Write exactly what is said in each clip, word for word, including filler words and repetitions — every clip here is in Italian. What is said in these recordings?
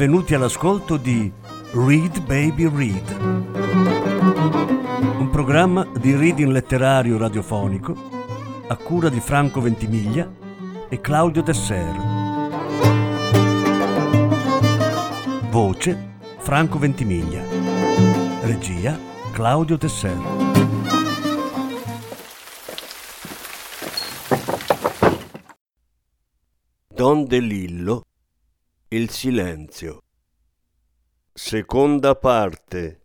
benvenuti all'ascolto di Read Baby Read, un programma di reading letterario radiofonico a cura di Franco Ventimiglia e Claudio Desser. Voce Franco Ventimiglia. Regia Claudio Desser. Don De Lillo, il silenzio. Seconda parte.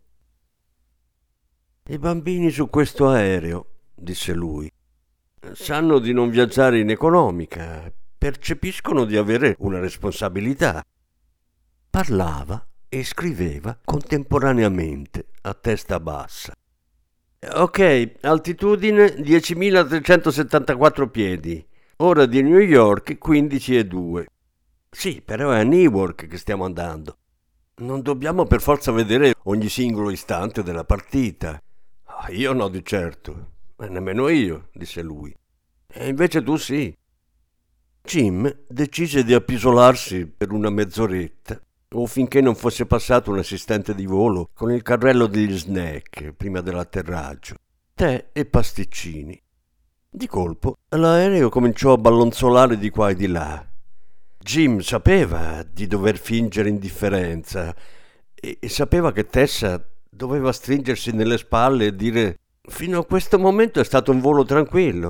I bambini su questo aereo, disse lui, sanno di non viaggiare in economica, percepiscono di avere una responsabilità. Parlava e scriveva contemporaneamente a testa bassa. Ok, altitudine diecimilatrecentosettantaquattro piedi, ora di New York quindici e due. Sì, però è a Newark che stiamo andando. Non dobbiamo per forza vedere ogni singolo istante della partita. Ah, io no di certo, e nemmeno io, disse lui. E invece tu sì. Jim decise di appisolarsi per una mezz'oretta, o finché non fosse passato un assistente di volo con il carrello degli snack prima dell'atterraggio, tè e pasticcini. Di colpo l'aereo cominciò a ballonzolare di qua e di là. Jim sapeva di dover fingere indifferenza e, e sapeva che Tessa doveva stringersi nelle spalle e dire: fino a questo momento è stato un volo tranquillo.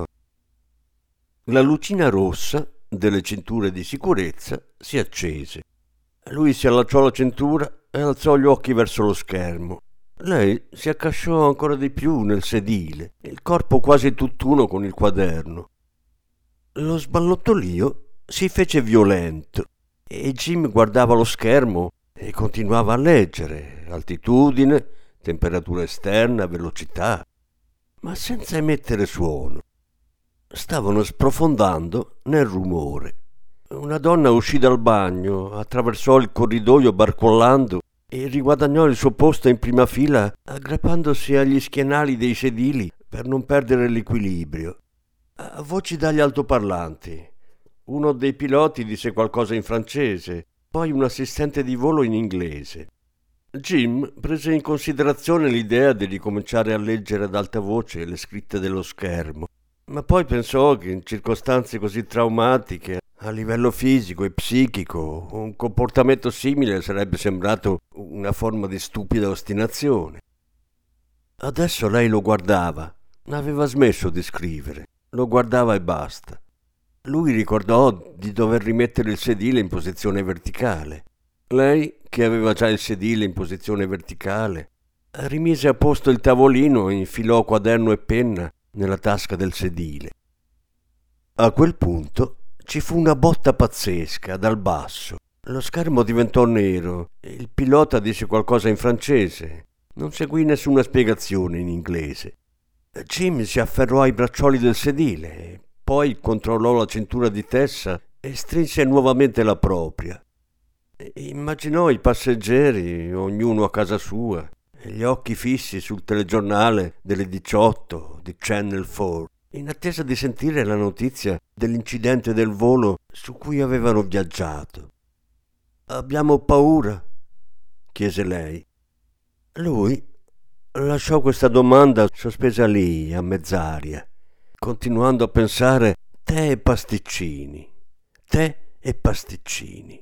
La lucina rossa delle cinture di sicurezza si accese. Lui si allacciò la cintura e alzò gli occhi verso lo schermo. Lei si accasciò ancora di più nel sedile, il corpo quasi tutt'uno con il quaderno. Lo sballottolio si fece violento e Jim guardava lo schermo e continuava a leggere altitudine, temperatura esterna, velocità, ma senza emettere suono. Stavano sprofondando nel rumore. Una donna uscì dal bagno, attraversò il corridoio barcollando e riguadagnò il suo posto in prima fila aggrappandosi agli schienali dei sedili per non perdere l'equilibrio. A voci dagli altoparlanti. Uno dei piloti disse qualcosa in francese, poi un assistente di volo in inglese. Jim prese in considerazione l'idea di ricominciare a leggere ad alta voce le scritte dello schermo, ma poi pensò che in circostanze così traumatiche, a livello fisico e psichico, un comportamento simile sarebbe sembrato una forma di stupida ostinazione. Adesso lei lo guardava, aveva smesso di scrivere, lo guardava e basta. Lui ricordò di dover rimettere il sedile in posizione verticale. Lei, che aveva già il sedile in posizione verticale, rimise a posto il tavolino e infilò quaderno e penna nella tasca del sedile. A quel punto ci fu una botta pazzesca dal basso. Lo schermo diventò nero e il pilota disse qualcosa in francese. Non seguì nessuna spiegazione in inglese. Jim si afferrò ai braccioli del sedile. Poi controllò la cintura di Tessa e strinse nuovamente la propria. Immaginò i passeggeri, ognuno a casa sua, e gli occhi fissi sul telegiornale delle diciotto di Channel quattro, in attesa di sentire la notizia dell'incidente del volo su cui avevano viaggiato. «Abbiamo paura?» chiese lei. Lui lasciò questa domanda sospesa lì, a mezz'aria, continuando a pensare tè e pasticcini, tè e pasticcini.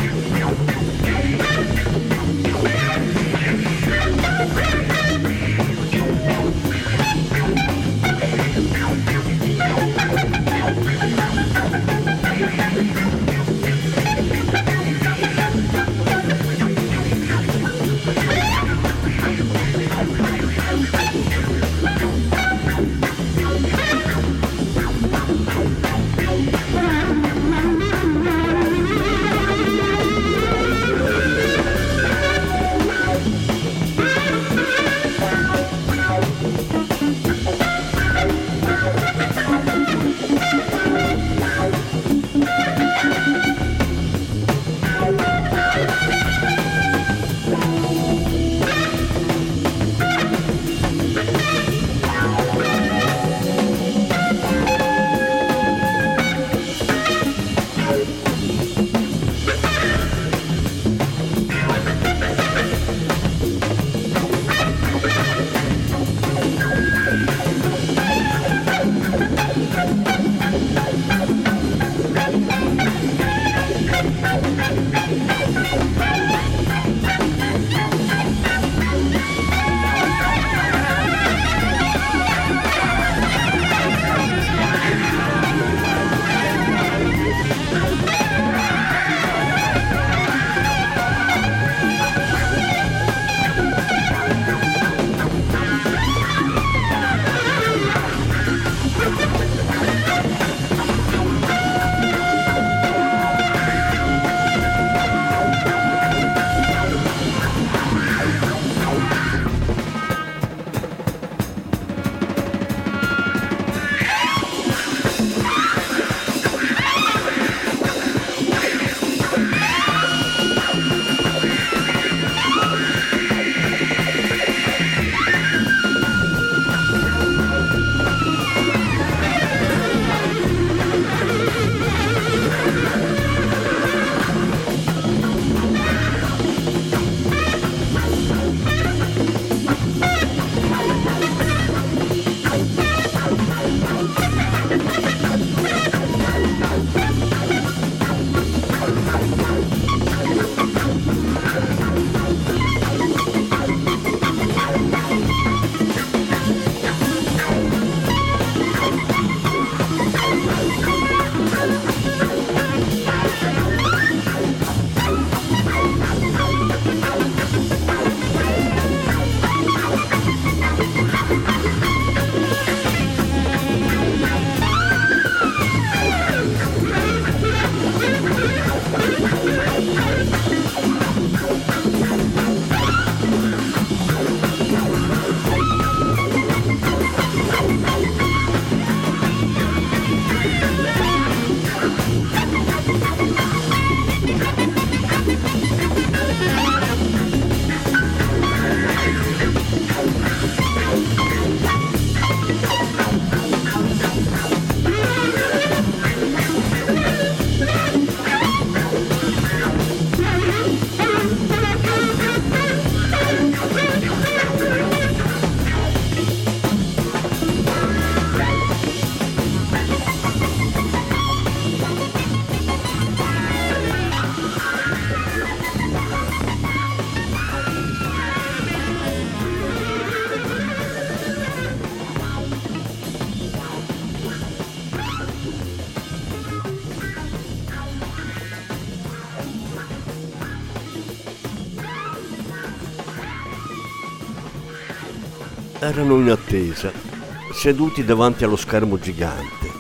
Erano in attesa, seduti davanti allo schermo gigante,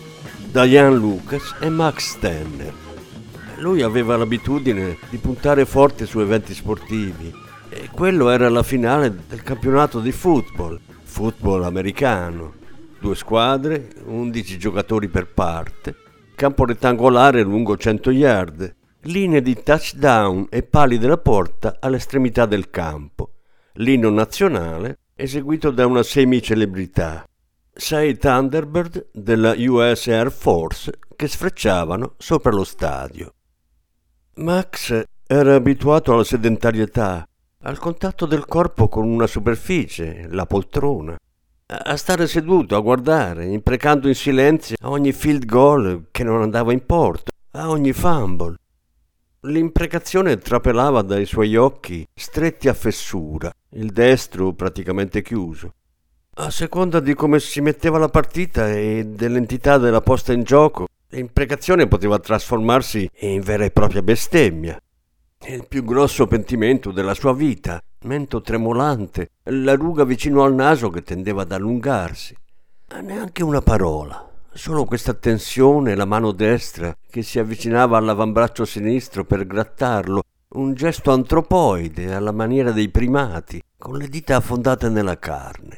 Diane Lucas e Max Stenner. Lui aveva l'abitudine di puntare forte su eventi sportivi e quello era la finale del campionato di football, football americano. Due squadre, undici giocatori per parte, campo rettangolare lungo cento yard, linee di touchdown e pali della porta all'estremità del campo, l'inno nazionale eseguito da una semi-celebrità, sei Thunderbird della U S Air Force che sfrecciavano sopra lo stadio. Max era abituato alla sedentarietà, al contatto del corpo con una superficie, la poltrona, a stare seduto a guardare, imprecando in silenzio a ogni field goal che non andava in porto, a ogni fumble. L'imprecazione trapelava dai suoi occhi stretti a fessura, il destro praticamente chiuso. A seconda di come si metteva la partita e dell'entità della posta in gioco, l'imprecazione poteva trasformarsi in vera e propria bestemmia. Il più grosso pentimento della sua vita, mento tremolante, la ruga vicino al naso che tendeva ad allungarsi. Neanche una parola, solo questa tensione, la mano destra che si avvicinava all'avambraccio sinistro per grattarlo, un gesto antropoide alla maniera dei primati, con le dita affondate nella carne.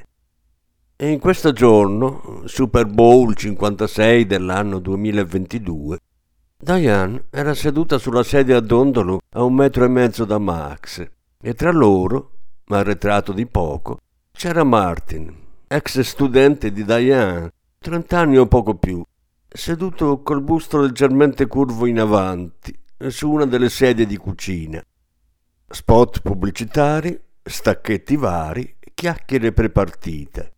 E in questo giorno, Super Bowl cinquantasei dell'anno duemilaventidue, Diane era seduta sulla sedia a dondolo a un metro e mezzo da Max, e tra loro, arretrato di poco, c'era Martin, ex studente di Diane, trent'anni o poco più, seduto col busto leggermente curvo in avanti su una delle sedie di cucina. Spot pubblicitari, stacchetti vari, chiacchiere prepartite.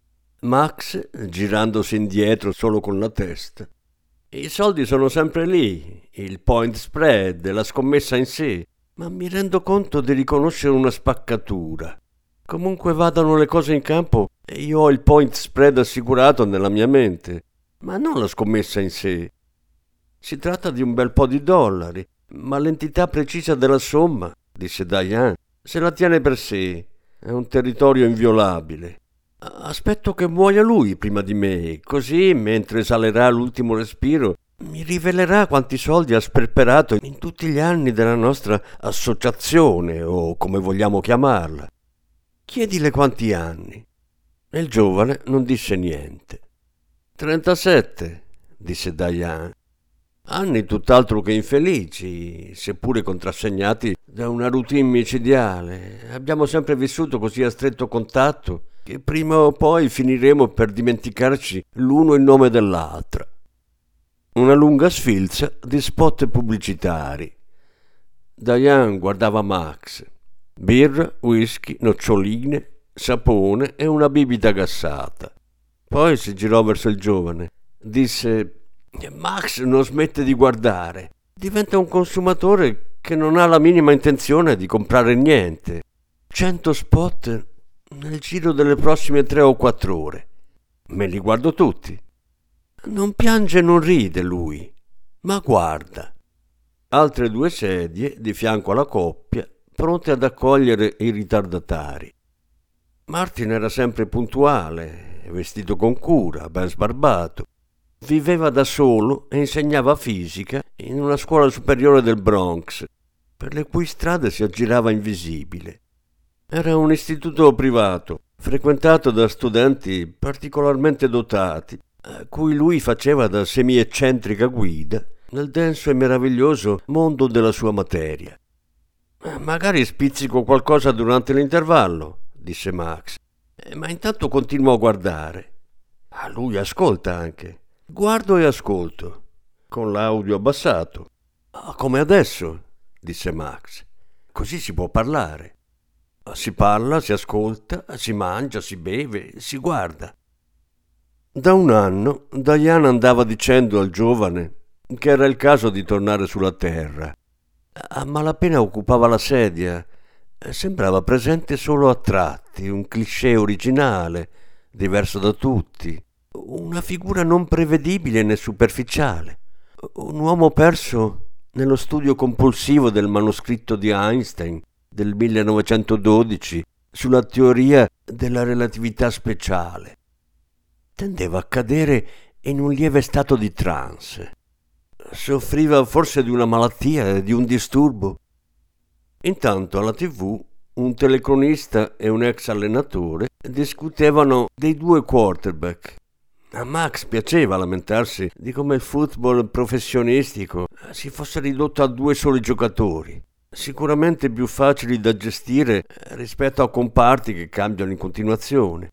Max girandosi indietro solo con la testa. I soldi sono sempre lì, il point spread, la scommessa in sé, ma mi rendo conto di riconoscere una spaccatura. Comunque vadano le cose in campo, io ho il point spread assicurato nella mia mente, ma non la scommessa in sé. Si tratta di un bel po' di dollari, ma l'entità precisa della somma, disse Diane, se la tiene per sé. È un territorio inviolabile. Aspetto che muoia lui prima di me, così, mentre esalerà l'ultimo respiro, mi rivelerà quanti soldi ha sperperato in tutti gli anni della nostra associazione, o come vogliamo chiamarla. Chiedile quanti anni. E il giovane non disse niente. Trentasette, disse Diane. Anni tutt'altro che infelici, seppure contrassegnati da una routine micidiale. Abbiamo sempre vissuto così a stretto contatto che prima o poi finiremo per dimenticarci l'uno il nome dell'altra. Una lunga sfilza di spot pubblicitari. Diane guardava Max. Birra, whisky, noccioline, sapone e una bibita gassata. Poi si girò verso il giovane. Disse: Max non smette di guardare. Diventa un consumatore che non ha la minima intenzione di comprare niente. Cento spot nel giro delle prossime tre o quattro ore. Me li guardo tutti. Non piange e non ride lui, ma guarda. Altre due sedie di fianco alla coppia, pronte ad accogliere i ritardatari. Martin era sempre puntuale, vestito con cura, ben sbarbato. Viveva da solo e insegnava fisica in una scuola superiore del Bronx, per le cui strade si aggirava invisibile. Era un istituto privato, frequentato da studenti particolarmente dotati, a cui lui faceva da semi-eccentrica guida nel denso e meraviglioso mondo della sua materia. «Magari spizzico qualcosa durante l'intervallo», disse Max, «ma intanto continuo a guardare». «Ah, lui ascolta anche». «Guardo e ascolto, con l'audio abbassato». «Ah, come adesso», disse Max. «Così si può parlare». Si parla, si ascolta, si mangia, si beve, si guarda. Da un anno Diane andava dicendo al giovane che era il caso di tornare sulla terra. A malapena occupava la sedia. Sembrava presente solo a tratti, un cliché originale, diverso da tutti, una figura non prevedibile né superficiale, un uomo perso nello studio compulsivo del manoscritto di Einstein del millenovecentododici sulla teoria della relatività speciale. Tendeva a cadere in un lieve stato di trance. Soffriva forse di una malattia, di un disturbo. Intanto alla tivù un telecronista e un ex allenatore discutevano dei due quarterback. A Max piaceva lamentarsi di come il football professionistico si fosse ridotto a due soli giocatori, sicuramente più facili da gestire rispetto a comparti che cambiano in continuazione.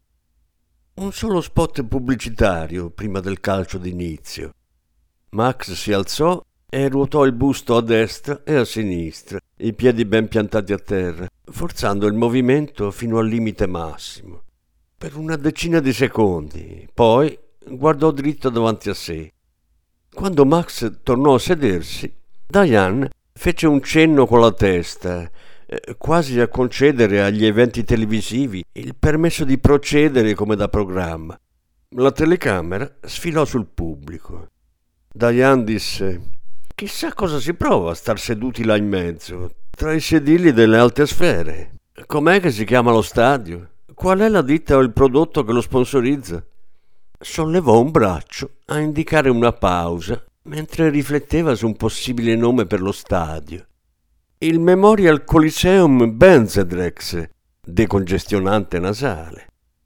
Un solo spot pubblicitario prima del calcio d'inizio. Max si alzò e ruotò il busto a destra e a sinistra, i piedi ben piantati a terra, forzando il movimento fino al limite massimo. Per una decina di secondi, poi guardò dritto davanti a sé. Quando Max tornò a sedersi, Diane fece un cenno con la testa, eh, quasi a concedere agli eventi televisivi il permesso di procedere come da programma. La telecamera sfilò sul pubblico. Diane disse: «Chissà cosa si prova a star seduti là in mezzo, tra i sedili delle alte sfere. Com'è che si chiama lo stadio? Qual è la ditta o il prodotto che lo sponsorizza?» Sollevò un braccio a indicare una pausa mentre rifletteva su un possibile nome per lo stadio. Il Memorial Coliseum Benzedrex, decongestionante nasale.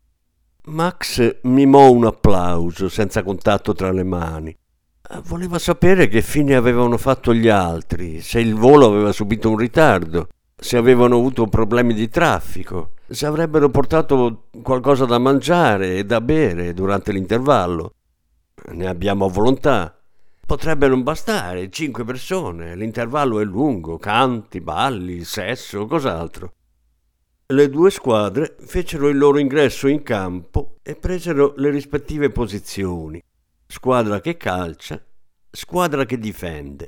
Max mimò un applauso senza contatto tra le mani. Voleva sapere che fine avevano fatto gli altri, se il volo aveva subito un ritardo, se avevano avuto problemi di traffico, se avrebbero portato qualcosa da mangiare e da bere durante l'intervallo. Ne abbiamo volontà. Potrebbe non bastare, cinque persone, l'intervallo è lungo, canti, balli, sesso, cos'altro. Le due squadre fecero il loro ingresso in campo e presero le rispettive posizioni. Squadra che calcia, squadra che difende.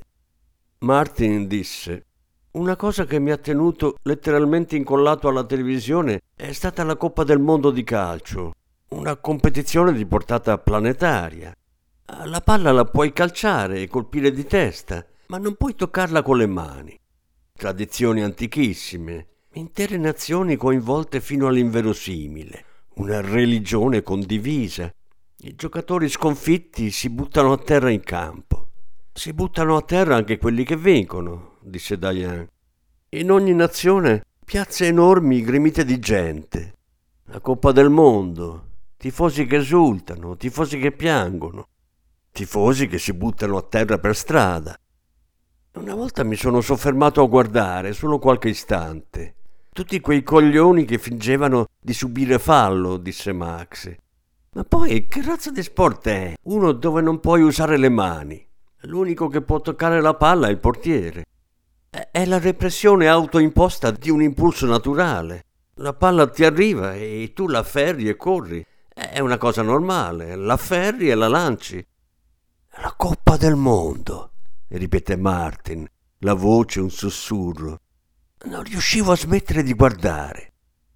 Martin disse: «Una cosa che mi ha tenuto letteralmente incollato alla televisione è stata la Coppa del Mondo di calcio, una competizione di portata planetaria. La palla la puoi calciare e colpire di testa, ma non puoi toccarla con le mani. Tradizioni antichissime, intere nazioni coinvolte fino all'inverosimile, una religione condivisa. I giocatori sconfitti si buttano a terra in campo. Si buttano a terra anche quelli che vincono», disse Diane. «In ogni nazione piazze enormi gremite di gente. La Coppa del Mondo, tifosi che esultano, tifosi che piangono, tifosi che si buttano a terra per strada. Una volta mi sono soffermato a guardare, solo qualche istante, tutti quei coglioni che fingevano di subire fallo», disse Max. «Ma poi che razza di sport è? Uno dove non puoi usare le mani. L'unico che può toccare la palla è il portiere. È la repressione autoimposta di un impulso naturale. La palla ti arriva e tu la afferri e corri. È una cosa normale, la afferri e la lanci». «La Coppa del Mondo», ripeté Martin, la voce un sussurro. Non riuscivo a smettere di guardare.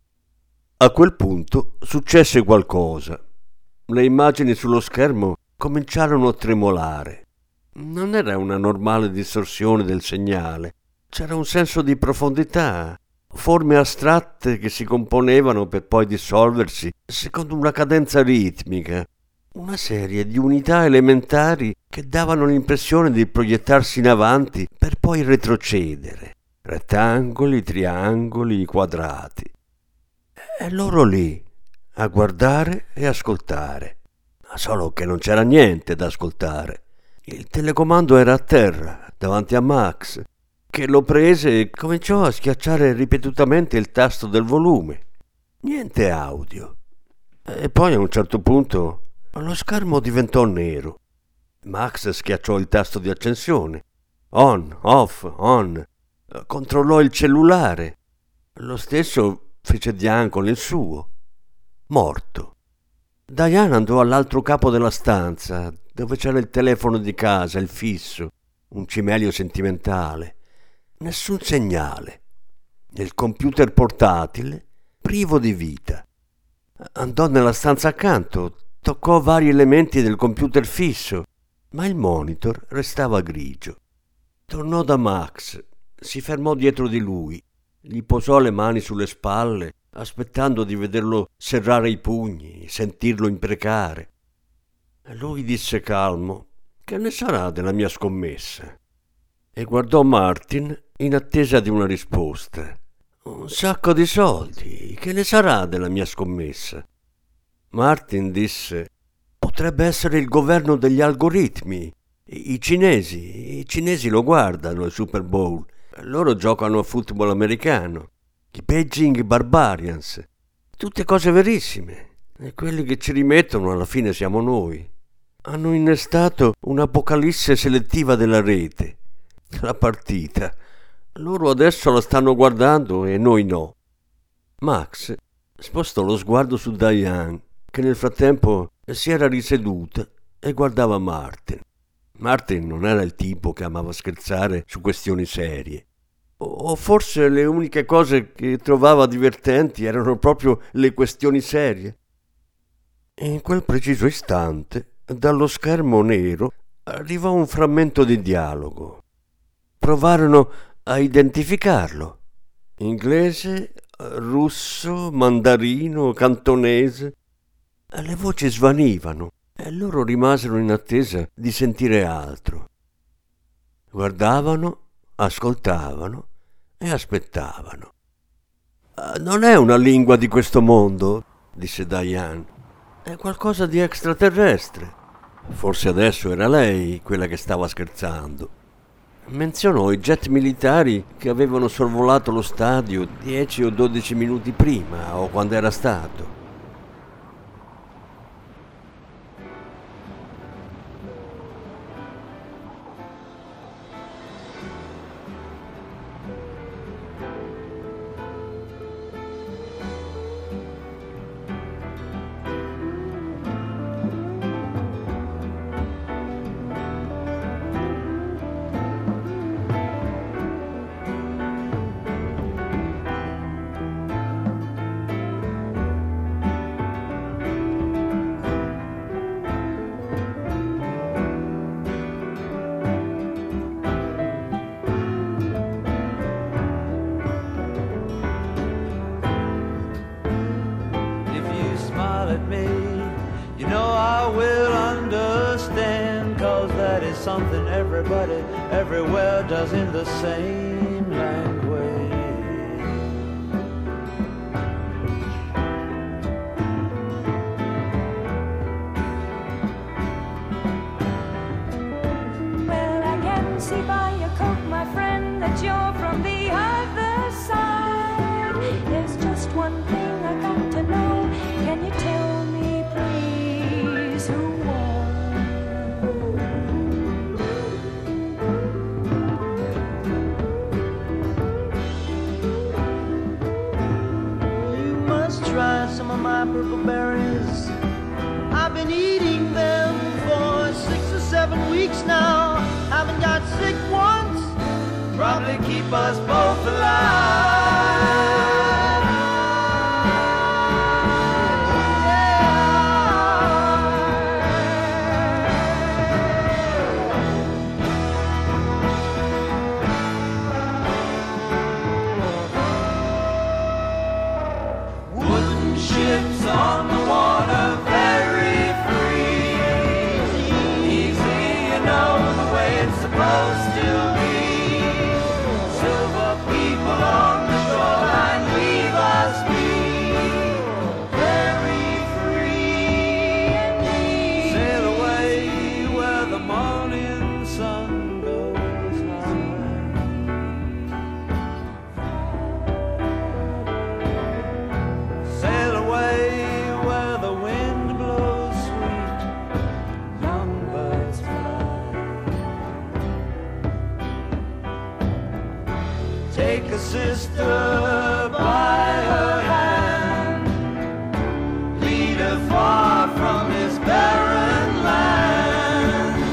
A quel punto successe qualcosa. Le immagini sullo schermo cominciarono a tremolare. Non era una normale distorsione del segnale. C'era un senso di profondità, forme astratte che si componevano per poi dissolversi secondo una cadenza ritmica, una serie di unità elementari che davano l'impressione di proiettarsi in avanti per poi retrocedere. Rettangoli, triangoli, quadrati. E loro lì, a guardare e ascoltare. Solo che non c'era niente da ascoltare. Il telecomando era a terra, davanti a Max, che lo prese e cominciò a schiacciare ripetutamente il tasto del volume. Niente audio. E poi a un certo punto lo schermo diventò nero. Max schiacciò il tasto di accensione. On, off, on. Controllò il cellulare. Lo stesso fece Diane con il suo. Morto. Diane andò all'altro capo della stanza, dove c'era il telefono di casa, il fisso, un cimelio sentimentale. Nessun segnale. Il computer portatile, privo di vita. Andò nella stanza accanto, toccò vari elementi del computer fisso, ma il monitor restava grigio. Tornò da Max, si fermò dietro di lui, gli posò le mani sulle spalle, aspettando di vederlo serrare i pugni, sentirlo imprecare. Lui disse calmo: «Che ne sarà della mia scommessa?» E guardò Martin in attesa di una risposta. «Un sacco di soldi, che ne sarà della mia scommessa?» Martin disse: «Potrebbe essere il governo degli algoritmi. I, i cinesi, i cinesi lo guardano il Super Bowl. Loro giocano a football americano. I Beijing Barbarians. Tutte cose verissime. E quelli che ci rimettono alla fine siamo noi. Hanno innestato un'apocalisse selettiva della rete. La partita. Loro adesso la stanno guardando e noi no». Max spostò lo sguardo su Diane, che nel frattempo si era riseduta e guardava Martin. Martin non era il tipo che amava scherzare su questioni serie. O forse le uniche cose che trovava divertenti erano proprio le questioni serie. In quel preciso istante, dallo schermo nero, arrivò un frammento di dialogo. Provarono a identificarlo. Inglese, russo, mandarino, cantonese. Le voci svanivano e loro rimasero in attesa di sentire altro. Guardavano, ascoltavano e aspettavano. «Non è una lingua di questo mondo», disse Diane. «È qualcosa di extraterrestre». Forse adesso era lei quella che stava scherzando. Menzionò i jet militari che avevano sorvolato lo stadio dieci o dodici minuti prima, o quando era stato. At me, you know I will understand, 'cause that is something everybody everywhere does in the same language. Well, I can see by your coat, my friend, that you're from the other side. There's just one thing I got to know. Can you tell me, please, who won? You must try some of my purple berries. I've been eating them for six or seven weeks now. Haven't got sick once. Probably keep us both alive. Ships on the water, very free, easy, you know the way it's supposed to be. Silver people on the shoreline, leave us be very free and easy. Sail away where the morning sun goes high. Sail away where the wind blows sweet, young birds fly. Take a sister by her hand, lead her far from this barren land.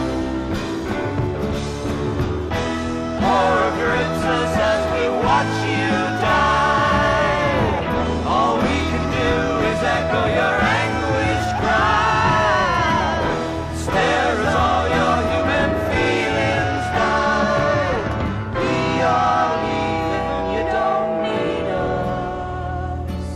Horror grips us as we watch you die. All we can do is echo your anguished cry. Stare as all your human feelings die. We are leaving, you don't need us.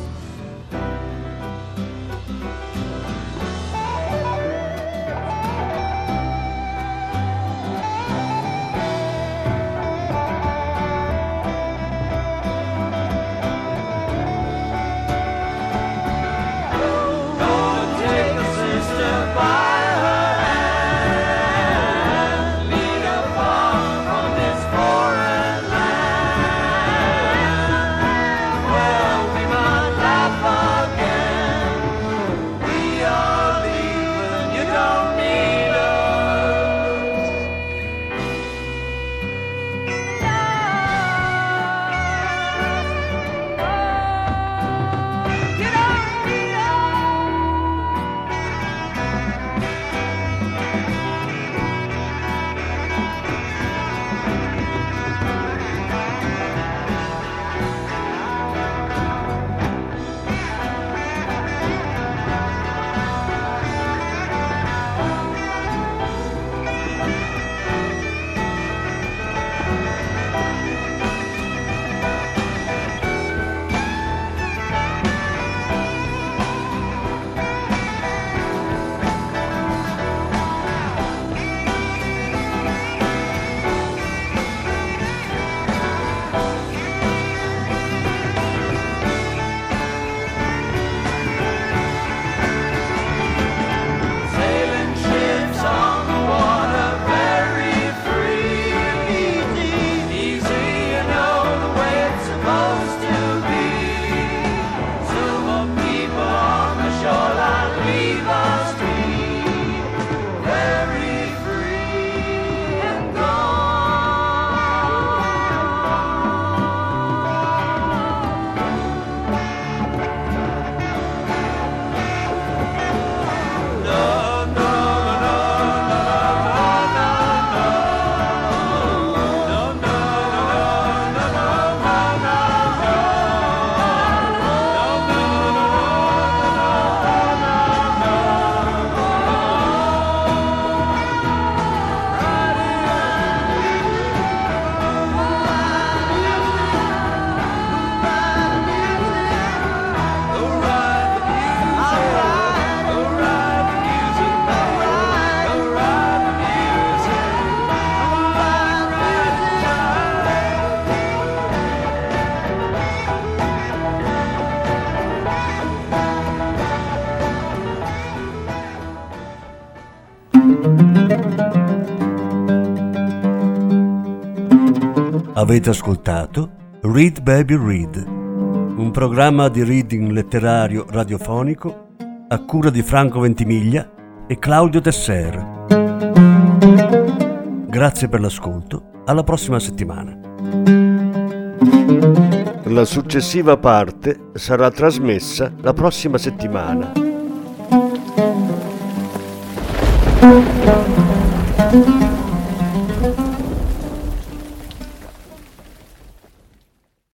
Avete ascoltato Read Baby Read, un programma di reading letterario radiofonico a cura di Franco Ventimiglia e Claudio Tesser. Grazie per l'ascolto, alla prossima settimana. La successiva parte sarà trasmessa la prossima settimana. Thank you.